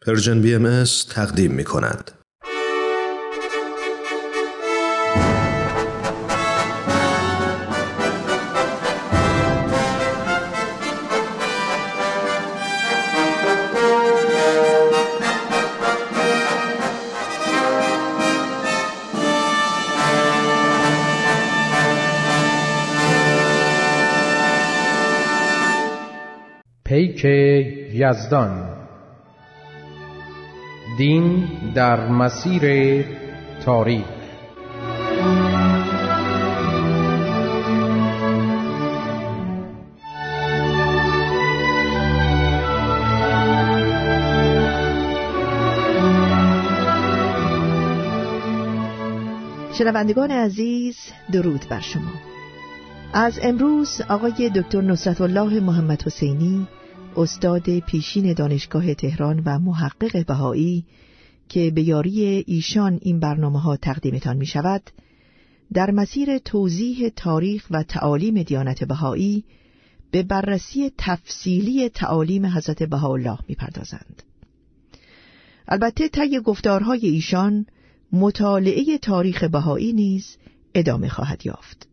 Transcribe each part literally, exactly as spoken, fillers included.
پرژن بی ام اس تقدیم می کند. پیک یزدان. دین در مسیر تاریخ. شنوندگان عزیز، درود بر شما. از امروز آقای دکتر نصرت الله محمد حسینی، استاد پیشین دانشگاه تهران و محقق بهایی که به یاری ایشان این برنامه‌ها تقدیمتان می شود، در مسیر توضیح تاریخ و تعالیم دیانت بهایی به بررسی تفصیلی تعالیم حضرت بهاءالله می پردازند. البته طی گفتارهای ایشان مطالعه تاریخ بهایی نیز ادامه خواهد یافت.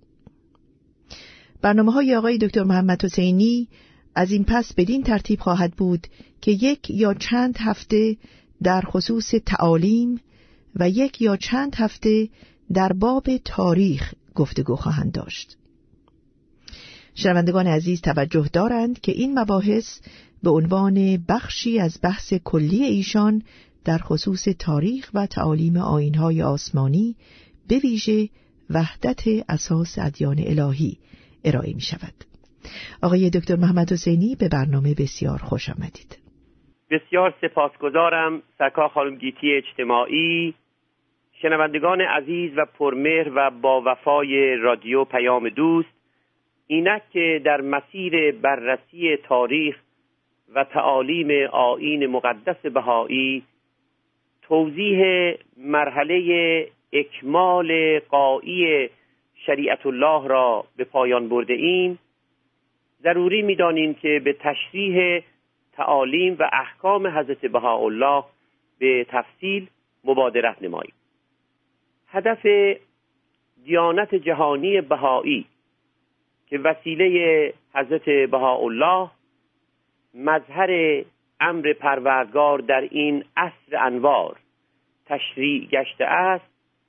برنامه‌های آقای دکتر محمد حسینی از این پس بدین ترتیب خواهد بود که یک یا چند هفته در خصوص تعالیم و یک یا چند هفته در باب تاریخ گفتگو خواهند داشت. شنوندگان عزیز توجه دارند که این مباحث به عنوان بخشی از بحث کلی ایشان در خصوص تاریخ و تعالیم آیین‌های آسمانی به ویژه وحدت اساس ادیان الهی ارائه می شود. آقای دکتر محمد حسینی، به برنامه بسیار خوش آمدید. بسیار سپاسگزارم سرکار خانم گیتی اجتماعی، شنوندگان عزیز و پرمهر و با وفای رادیو پیام دوست. اینک که در مسیر بررسی تاریخ و تعالیم آیین مقدس بهایی توضیح مرحله اکمال غایی شریعت الله را به پایان برده ایم، ضروری می‌دانیم که به تشریح تعالیم و احکام حضرت بهاءالله به تفصیل مبادرت نماییم. هدف دیانت جهانی بهایی که وسیله حضرت بهاءالله مظهر امر پروردگار در این عصر انوار تشریع گشته است،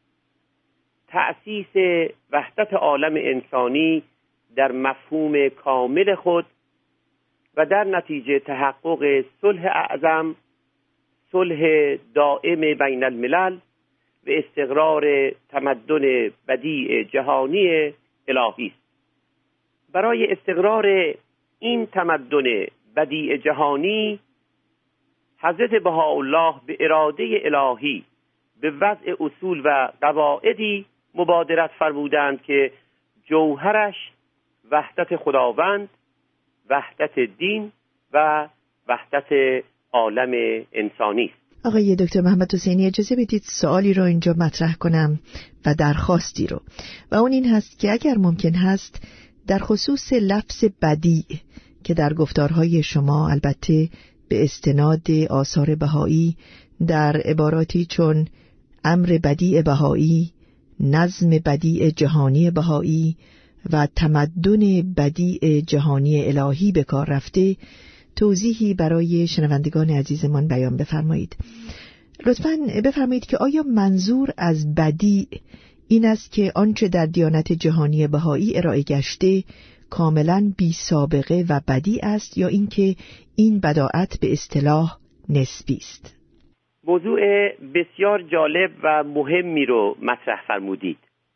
تأسیس وحدت عالم انسانی در مفهوم کامل خود و در نتیجه تحقق صلح اعظم، صلح دائم بین الملل و استقرار تمدن بدیع جهانی الهی است. برای استقرار این تمدن بدیع جهانی حضرت بهاءالله به اراده الهی به وضع اصول و قواعدی مبادرت فرمودند که جوهرش وحدت خداوند، وحدت دین و وحدت عالم انسانی است. آقای دکتر محمد حسینی، اجازه بدید سوالی رو اینجا مطرح کنم و درخواستی رو، و اون این هست که اگر ممکن هست در خصوص لفظ بدیع که در گفتارهای شما البته به استناد آثار بهایی در عباراتی چون امر بدیع بهایی، نظم بدیع جهانی بهایی و تمدن بدیع جهانی الهی به کار رفته، توضیحی برای شنوندگان عزیزمان بیان بفرمایید. لطفاً بفرمایید که آیا منظور از بدیع این است که آنچه در دیانت جهانی بهایی ارائه گشته کاملاً بی سابقه و بدیع است، یا اینکه این بداعت به اصطلاح نسبی است؟ موضوع بسیار جالب و مهمی رو مطرح فرمودید.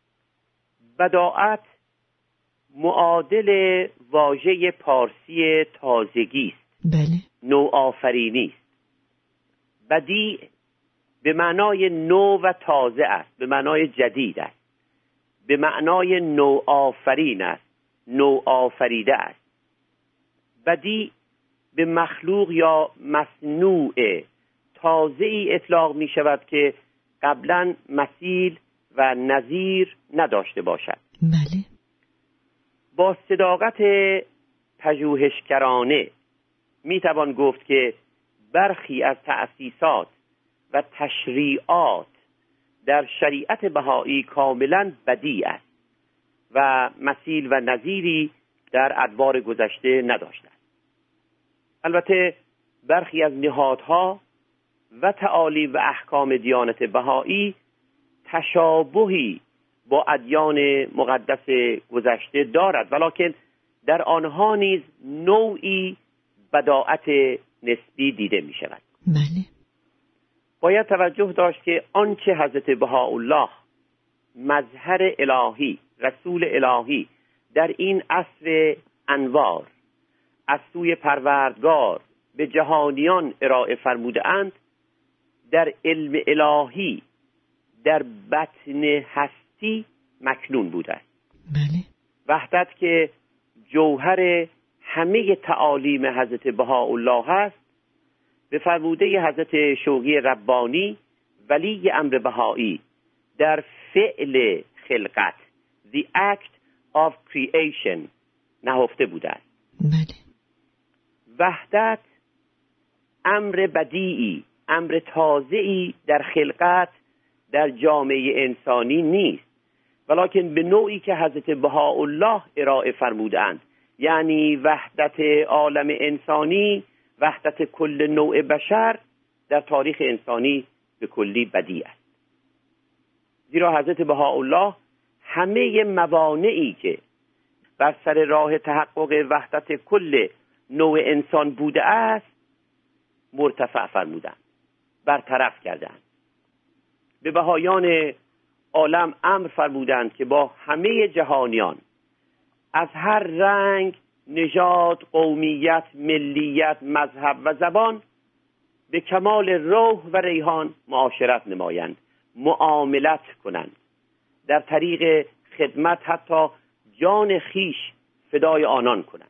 بداعت معادل واژه پارسی تازگی است. بله. نوآفرینی است. بدیع به معنای نو و تازه است، به معنای جدید است، به معنای نوآفرین است، نوآفریده است. بدیع به مخلوق یا مصنوع تازه‌ای اطلاق می شود که قبلا مثیل و نظیر نداشته باشد. بله. با صداقت پژوهشگرانه می توان گفت که برخی از تأسیسات و تشریعات در شریعت بهایی کاملا بدیع است و مثیل و نظیری در ادوار گذشته نداشته است. البته برخی از نهادها و تعالیم و احکام دیانت بهایی تشابهی با ادیان مقدس گذشته دارد، ولکن در آنها نیز نوعی بداعت نسبی دیده می شود. بله. باید توجه داشت که آنچه حضرت بهاءالله مظهر الهی، رسول الهی در این عصر انوار از سوی پروردگار به جهانیان ارائه فرموده اند، در علم الهی در بطن هستی مکنون بوده است. بله. وحدت که جوهر همه تعالیم حضرت بهاءالله است، به فرموده حضرت شوقی ربانی ولی امر بهایی در فعل خلقت the act of creation نهفته بوده است. بله. وحدت امر بدیعی، امر تازه‌ای در خلقت در جامعه انسانی نیست، ولکن به نوعی که حضرت بهاءالله ارائه فرمودند، یعنی وحدت عالم انسانی، وحدت کل نوع بشر در تاریخ انسانی به کلی بدیع است. زیرا حضرت بهاءالله همه موانعی که بر سر راه تحقق وحدت کل نوع انسان بوده است مرتفع فرمودند، برطرف کردند. به بهایان عالم امر فرمودند که با همه جهانیان از هر رنگ، نژاد، قومیت، ملیت، مذهب و زبان به کمال روح و ریحان معاشرت نمایند، معاملت کنند، در طریق خدمت حتی جان خیش فدای آنان کنند.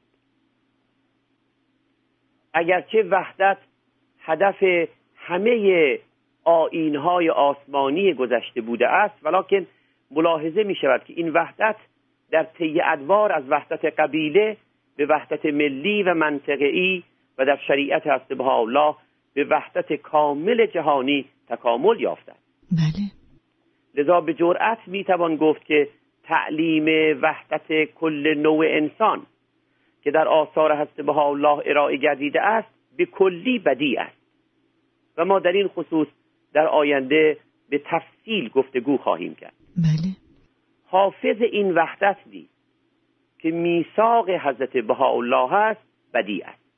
اگرچه وحدت هدف همه آیین‌های آسمانی گذشته بوده است، ولکن ملاحظه می شود که این وحدت در طی ادوار از وحدت قبیله به وحدت ملی و منطقه‌ای و در شریعت حضرت بهاءالله به وحدت کامل جهانی تکامل یافته است. بله. لذا به جرأت می توان گفت که تعلیم وحدت کل نوع انسان که در آثار حضرت بهاءالله ارائه گردیده است به کلی بدیع است و ما در این خصوص در آینده به تفصیل گفتگو خواهیم کرد. بله. حافظ این وحدت نیست که میثاق حضرت بهاءالله است بدیع است.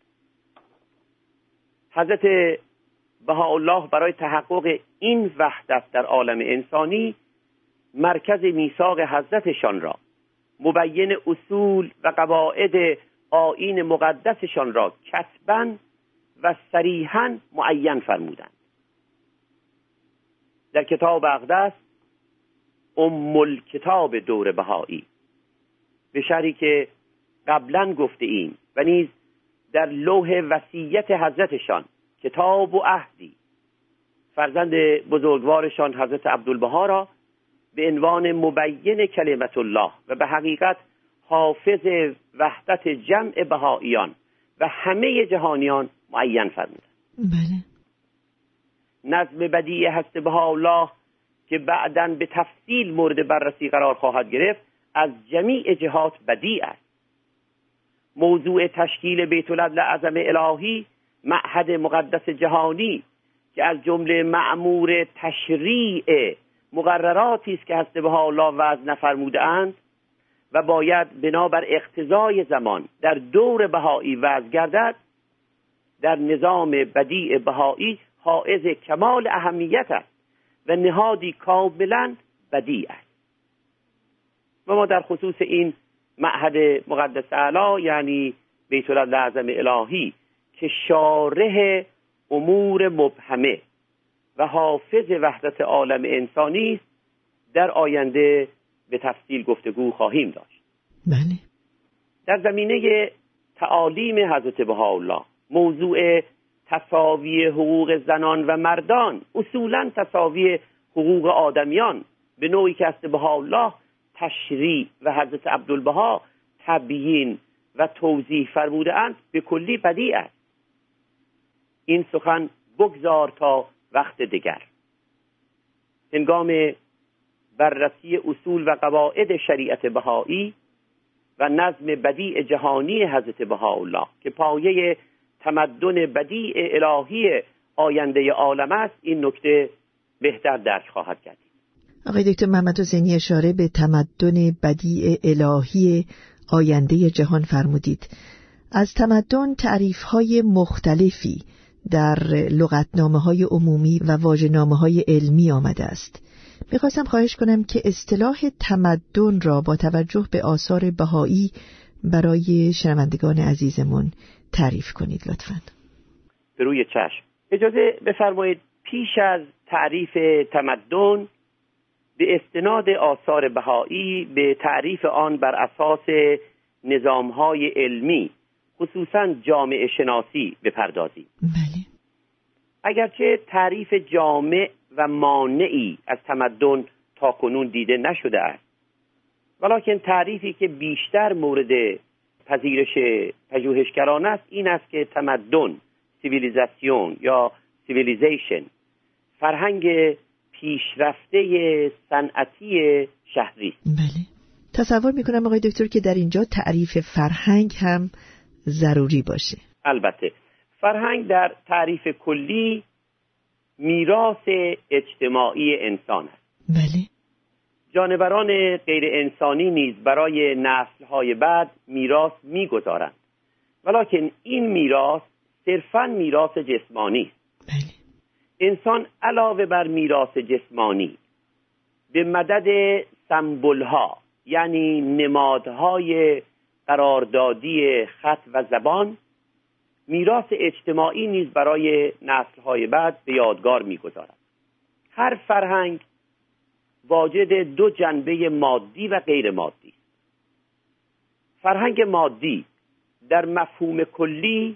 حضرت بهاءالله برای تحقق این وحدت در عالم انسانی مرکز میثاق حضرتشان را، مبین اصول و قواعد آیین مقدسشان را کتباً و صریحاً معین فرمودند. در کتاب اقدس ام الکتاب دور بهایی به شرحی که قبلا گفته ایم و نیز در لوح وصیت حضرتشان کتاب و عهدی فرزند بزرگوارشان حضرت عبدالبها را به عنوان مبین کلمت الله و به حقیقت حافظ وحدت جمع بهاییان و همه جهانیان معین فرمودند. بله. نظم بدیع حضرت بهاءالله که بعداً به تفصیل مورد بررسی قرار خواهد گرفت از جمیع جهات بدیع است. موضوع تشکیل بیت العدل اعظم الهی، معهد مقدس جهانی که از جمله مأمور تشریع مقرراتی است که حضرت بهاءالله وضع نفرموده اند و باید بنابر اقتضای زمان در دور بهایی وضع گردد، در نظام بدیع بهایی حائز کمال اهمیت است و نهادی کاملا بدیع است. و ما در خصوص این معهد مقدس اعلی یعنی بیت العدل اعظم الهی که شارح امور مبهمه و حافظ وحدت عالم انسانی است در آینده به تفصیل گفتگو خواهیم داشت. بله. در زمینه تعالیم حضرت بهاءالله موضوع تساوی حقوق زنان و مردان، اصولا تساوی حقوق آدمیان به نوعی که حضرت بهاءالله تشریع و حضرت عبدالبها تبیین و توضیح فرموده اند به کلی بدیع است. این سخن بگذار تا وقت دیگر. هنگام بررسی اصول و قواعد شریعت بهایی و نظم بدیع جهانی حضرت بهاءالله که پایه تمدن بدیع الهی آینده عالم است، این نکته بهتر درک خواهد کرد. آقای دکتر محمد حسینی اشاره به تمدن بدیع الهی آینده جهان فرمودید. از تمدن تعریف‌های مختلفی در لغتنامه‌های عمومی و واژه‌نامه‌های علمی آمده است. می‌خواستم خواهش کنم که اصطلاح تمدن را با توجه به آثار بهایی برای شنوندگان عزیزمون تعریف کنید لطفاً. به روی چشم. اجازه بفرمایید پیش از تعریف تمدن به استناد آثار بهایی به تعریف آن بر اساس نظام‌های علمی، خصوصاً جامعه شناسی بپردازیم. بله. اگرچه تعریف جامع و مانعی از تمدن تا کنون دیده نشده است، ولکن تعریفی که بیشتر مورد پذیرش پژوهشگران است این است که تمدن، سیویلیزاسیون یا سیویلیزیشن، فرهنگ پیشرفته صنعتی شهری. بله. تصور میکنم آقای دکتر که در اینجا تعریف فرهنگ هم ضروری باشه. البته فرهنگ در تعریف کلی میراث اجتماعی انسان است. بله. جانوران غیر انسانی نیز برای نسل‌های بعد میراث می‌گذارند، ولکن این میراث صرفاً میراث جسمانی است. بله. انسان علاوه بر میراث جسمانی به مدد سمبول‌ها یعنی نمادهای قراردادی خط و زبان، میراث اجتماعی نیز برای نسل‌های بعد به یادگار می‌گذارد. هر فرهنگ واجد دو جنبه مادی و غیر مادی است. فرهنگ مادی در مفهوم کلی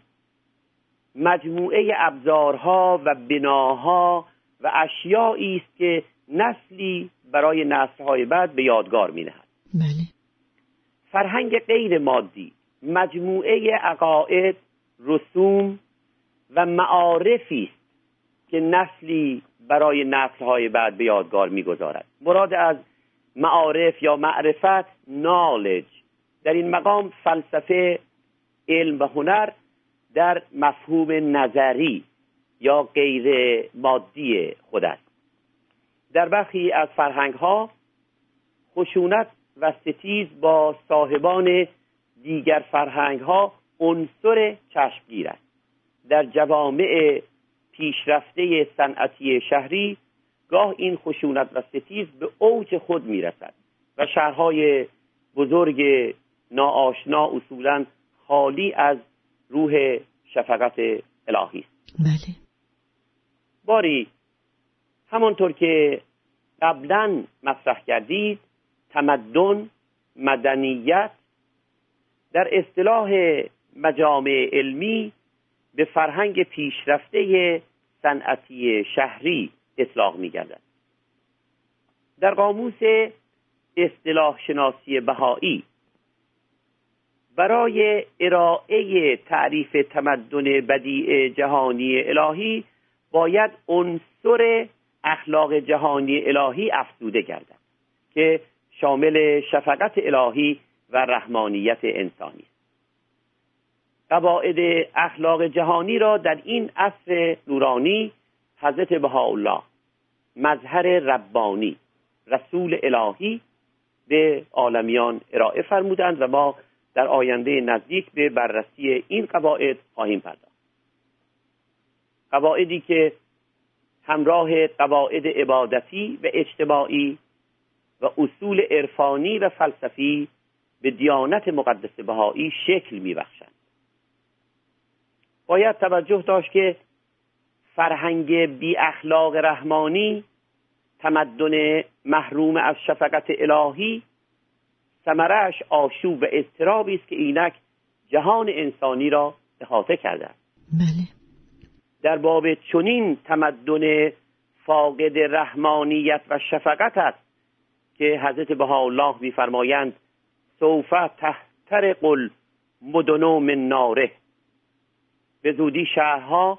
مجموعه ابزارها و بناها و اشیایی است که نسلی برای نسل‌های بعد به یادگار می‌نهد. بله. فرهنگ غیر مادی مجموعه عقاید، رسوم و معارفی است که نسلی برای نسل‌های بعد به یادگار می‌گذارد. مراد از معارف یا معرفت knowledge در این مقام فلسفه، علم و هنر در مفهوم نظری یا غیر مادی خود است. در برخی از فرهنگ‌ها خشونت و ستیز با صاحبان دیگر فرهنگ‌ها عنصر چشمگیر است. در جوامع پیشرفته صنعتی شهری گاه این خشونت و ستیز به اوج خود میرسد و شهرهای بزرگ ناآشنا اصولاً خالی از روح شفقت الهی است. بله. باری همانطور که قبلاً مطرح کردید، تمدن، مدنیت در اصطلاح مجامع علمی به فرهنگ پیشرفته صنعتی شهری اطلاق می‌گردد. در قاموس اصطلاح شناسی بهایی برای ارائه تعریف تمدن بدیع جهانی الهی باید عنصر اخلاق جهانی الهی افزوده گردد که شامل شفقت الهی و رحمانیت انسانی است. قواعد اخلاق جهانی را در این عصر نورانی حضرت بهاءالله، مظهر ربانی، رسول الهی به عالمیان ارائه فرمودند و ما در آینده نزدیک به بررسی این قواعد خواهیم پرداخت. قواعدی که همراه قواعد عبادتی و اجتماعی و اصول عرفانی و فلسفی به دیانت مقدس بهایی شکل می‌بخشند. باید توجه داشت که فرهنگ بی اخلاق رحمانی، تمدن محروم از شفقت الهی، ثمره‌اش آشوب و اضطرابی است که اینک جهان انسانی را احاطه کرده است. بله. در باب چنین تمدن فاقد رحمانیت و شفقت است که حضرت بهاءالله می‌فرمایند سوف تحترق المدن من ناره، به زودی شهرها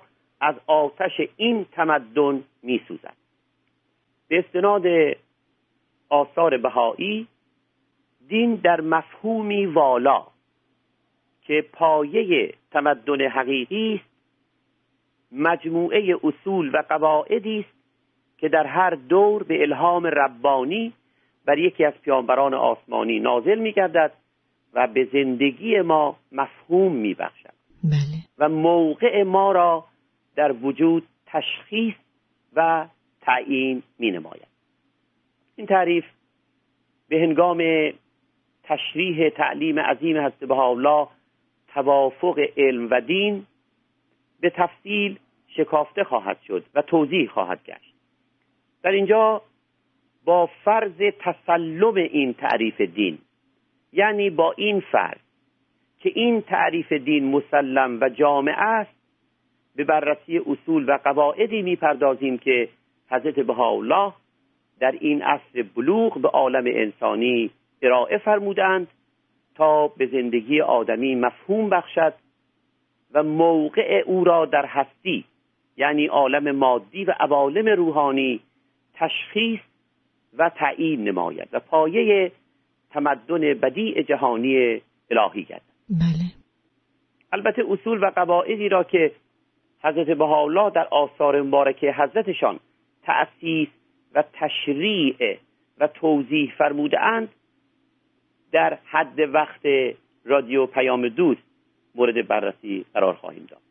از آتش این تمدن می سوزد. به استناد آثار بهایی، دین در مفهومی والا که پایه تمدن حقیقی است، مجموعه اصول و قواعدی است که در هر دور به الهام ربانی بر یکی از پیامبران آسمانی نازل می‌گردد و به زندگی ما مفهوم می‌بخشد. بله. و موقع ما را در وجود تشخیص و تعیین می‌نماید. این تعریف به هنگام تشریح تعلیم عظیم حضرت بهاءالله توافق علم و دین به تفصیل شکافته خواهد شد و توضیح خواهد گشت. در اینجا با فرض تسلم این تعریف دین، یعنی با این فرض که این تعریف دین مسلم و جامع است، به بررسی اصول و قواعدی میپردازیم که حضرت بهاءالله در این عصر بلوغ به عالم انسانی ارائه فرمودند تا به زندگی آدمی مفهوم بخشد و موقع او را در هستی، یعنی عالم مادی و عوالم روحانی، تشخیص و تعیین نماید و پایه تمدن بدیع جهانی الهی گردد. بله. البته اصول و قواعدی را که حضرت بهاءالله در آثار مبارکه حضرتشان تأسیس و تشریع و توضیح فرموده اند، در حد وقت رادیو پیام دوست مورد بررسی قرار خواهیم داد.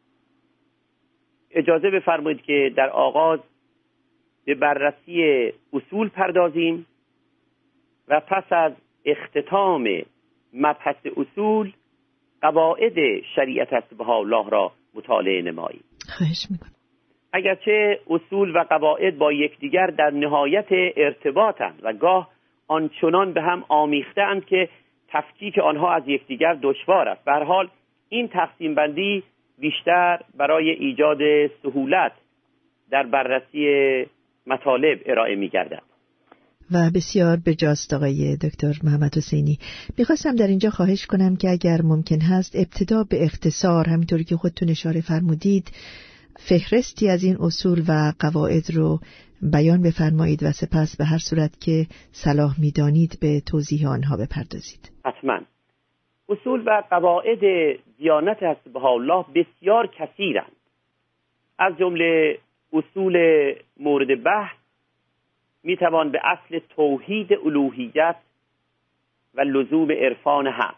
اجازه بفرمایید که در آغاز به بررسی اصول پردازیم و پس از اختتام مبحث اصول قواعد شریعت حضرت بهاءالله را مطالعه نماییم. خواهش میکنم. اگرچه اصول و قواعد با یکدیگر در نهایت ارتباطند و گاه آنچنان به هم آمیخته‌اند که تفکیک آنها از یکدیگر دشوار است، به هر حال این تقسیم بندی بیشتر برای ایجاد سهولت در بررسی مطالب ارائه می‌گردد. و بسیار بجاست آقای دکتر محمد حسینی. میخواستم در اینجا خواهش کنم که اگر ممکن هست ابتدا به اختصار، همینطوری که خودتون اشاره فرمودید، فهرستی از این اصول و قواعد رو بیان بفرمایید و سپس به هر صورت که صلاح میدانید به توضیح آنها بپردازید. حتما. اصول و قواعد دیانت حضرت بهاءالله بسیار کثیرند. از جمله اصول مورد بحث میتوان به اصل توحید الوهیت و لزوم عرفان حق،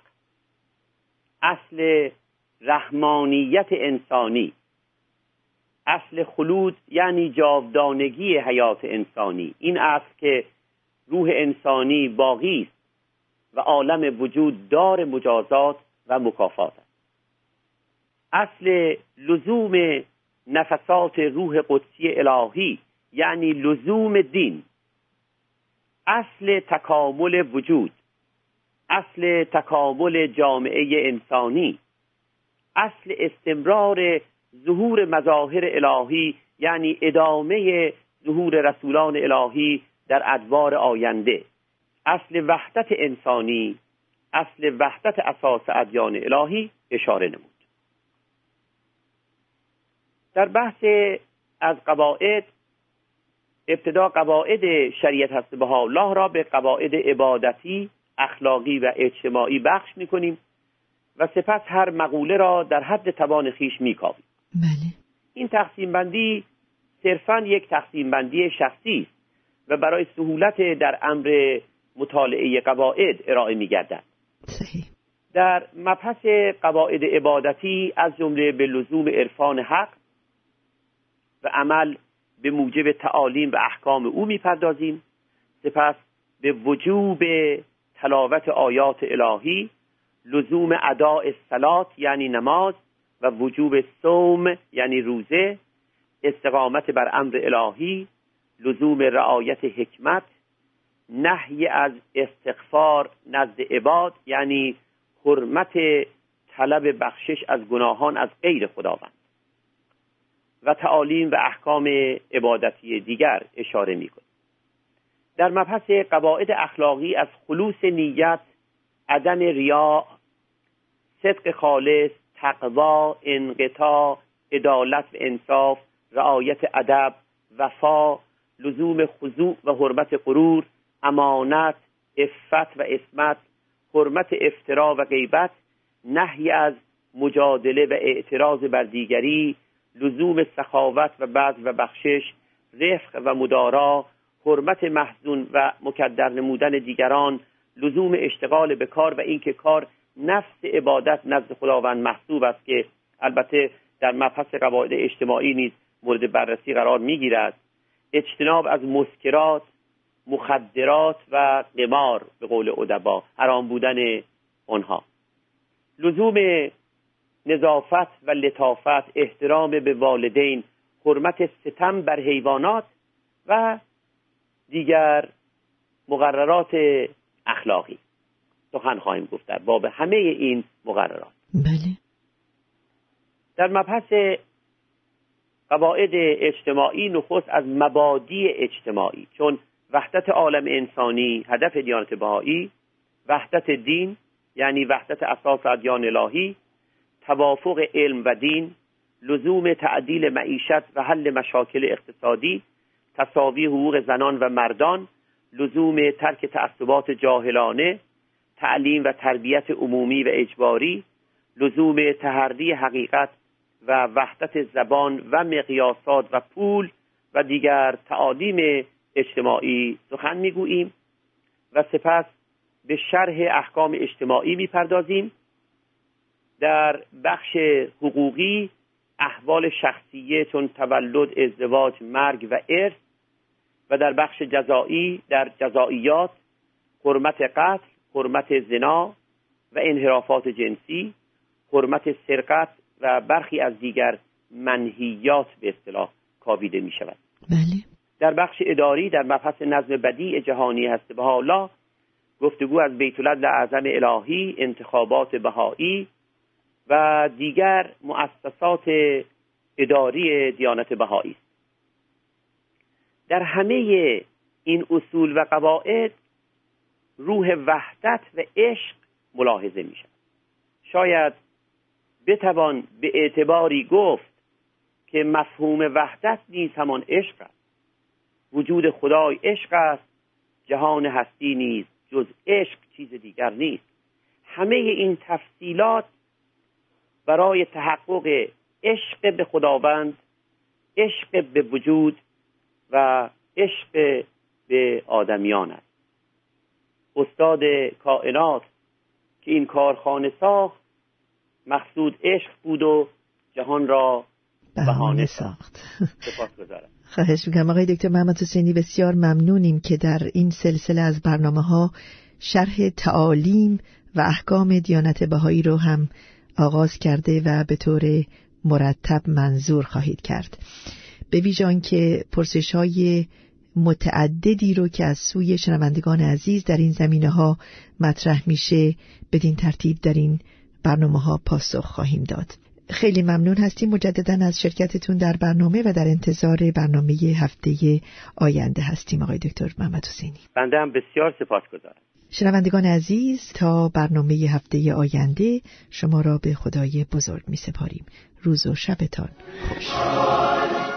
اصل رحمانیت انسانی، اصل خلود یعنی جاودانگی حیات انسانی، این اصل که روح انسانی باقی است و عالم وجود دار مجازات و مکافات است، اصل لزوم نفسات روح قدسی الهی یعنی لزوم دین، اصل تکامل وجود، اصل تکامل جامعه انسانی، اصل استمرار ظهور مظاهر الهی یعنی ادامه ظهور رسولان الهی در ادوار آینده، اصل وحدت انسانی، اصل وحدت اساس ادیان الهی اشاره نمود. در بحث از قواعد، ابتدا قواعد شریعت حضرت بهاءالله را به قواعد عبادتی، اخلاقی و اجتماعی بخش می‌کنیم و سپس هر مقوله را در حد توان خیش می‌کاویم. بله. این تقسیم بندی صرفاً یک تقسیم بندی شخصی است و برای سهولت در امر مطالعه قواعد ارائه می‌گردد. صحیح. در مبحث قواعد عبادتی از جمله به لزوم عرفان حق و عمل به موجب تعالیم و احکام او می‌پردازیم. سپس به وجوب تلاوت آیات الهی، لزوم اداء الصلات یعنی نماز و وجوب صوم یعنی روزه، استقامت بر امر الهی، لزوم رعایت حکمت، نهی از استغفار نزد عباد یعنی حرمت طلب بخشش از گناهان از غیر خداوند و تعالیم و احکام عبادتی دیگر اشاره می‌کنیم. در مبحث قواعد اخلاقی از خلوص نیت، عدم ریا، صدق خالص، تقوا، انقطاع، عدالت و انصاف، رعایت ادب، وفا، لزوم خضوع و حرمت غرور، امانت، عفت و عصمت، حرمت افترا و غیبت، نهی از مجادله و اعتراض بر دیگری، لزوم سخاوت و بذل و بخشش، رفق و مدارا، حرمت محزون و مکدر نمودن دیگران، لزوم اشتغال به کار و اینکه کار نفس عبادت نزد خداوند محسوب است که البته در مبحث قواعد اجتماعی نیز مورد بررسی قرار می‌گیرد، اجتناب از مسکرات، مخدرات و قمار به قول ادبا، حرام بودن آنها، لزوم نظافت و لطافت، احترام به والدین، حرمت ستم بر حیوانات و دیگر مقررات اخلاقی. سخن خواهیم گفت در باب همه این مقررات. بله. در مبحث قواعد اجتماعی نخست از مبادی اجتماعی، چون وحدت عالم انسانی هدف دیانت بهایی، وحدت دین یعنی وحدت اساس ادیان الهی، توافق علم و دین، لزوم تعدیل معیشت و حل مشاکل اقتصادی، تساوی حقوق زنان و مردان، لزوم ترک تعصبات جاهلانه، تعلیم و تربیت عمومی و اجباری، لزوم تحری حقیقت و وحدت زبان و مقیاسات و پول و دیگر تعالیم اجتماعی سخن میگوییم و سپس به شرح احکام اجتماعی میپردازیم. در بخش حقوقی احوال شخصیه چون تولد، ازدواج، مرگ و ارث، و در بخش جزایی در جزائیات حرمت قتل، حرمت زنا و انحرافات جنسی، حرمت سرقت و برخی از دیگر منهیات به اصطلاح کاویده می شود. بله. در بخش اداری در مبحث نظم بدیع جهانی هست بهاءالله گفتگو از بیت العدل اعظم الهی، انتخابات بهایی و دیگر مؤسسات اداری دیانت بهایی است. در همه این اصول و قواعد روح وحدت و عشق ملاحظه می شود. شاید بتوان به اعتباری گفت که مفهوم وحدت نیز همان عشق است. وجود خدای عشق است، جهان هستی نیز جز عشق چیز دیگر نیست. همه این تفصیلات برای تحقق عشق به خداوند، عشق به وجود و عشق به آدمیان است. استاد کائنات که این کارخانه ساخت مقصود عشق بود و جهان را بهانه ساخت. سپاسگزارم. خواهش میکنم آقای دکتر محمد حسینی، بسیار ممنونیم که در این سلسله از برنامه‌ها شرح تعالیم و احکام دیانت بهایی رو هم آغاز کرده و به طور مرتب منظور خواهید کرد. به ویژه آنکه پرسش‌های متعددی رو که از سوی شنوندگان عزیز در این زمینه‌ها مطرح میشه بدین ترتیب در این برنامه‌ها پاسخ خواهیم داد. خیلی ممنون هستیم مجدداً از شرکتتون در برنامه و در انتظار برنامه هفته آینده هستیم آقای دکتر محمد حسینی. بنده هم بسیار سپاسگزارم. شنوندگان عزیز، تا برنامه هفته آینده شما را به خدای بزرگ می سپاریم. روز و شبتان خوش.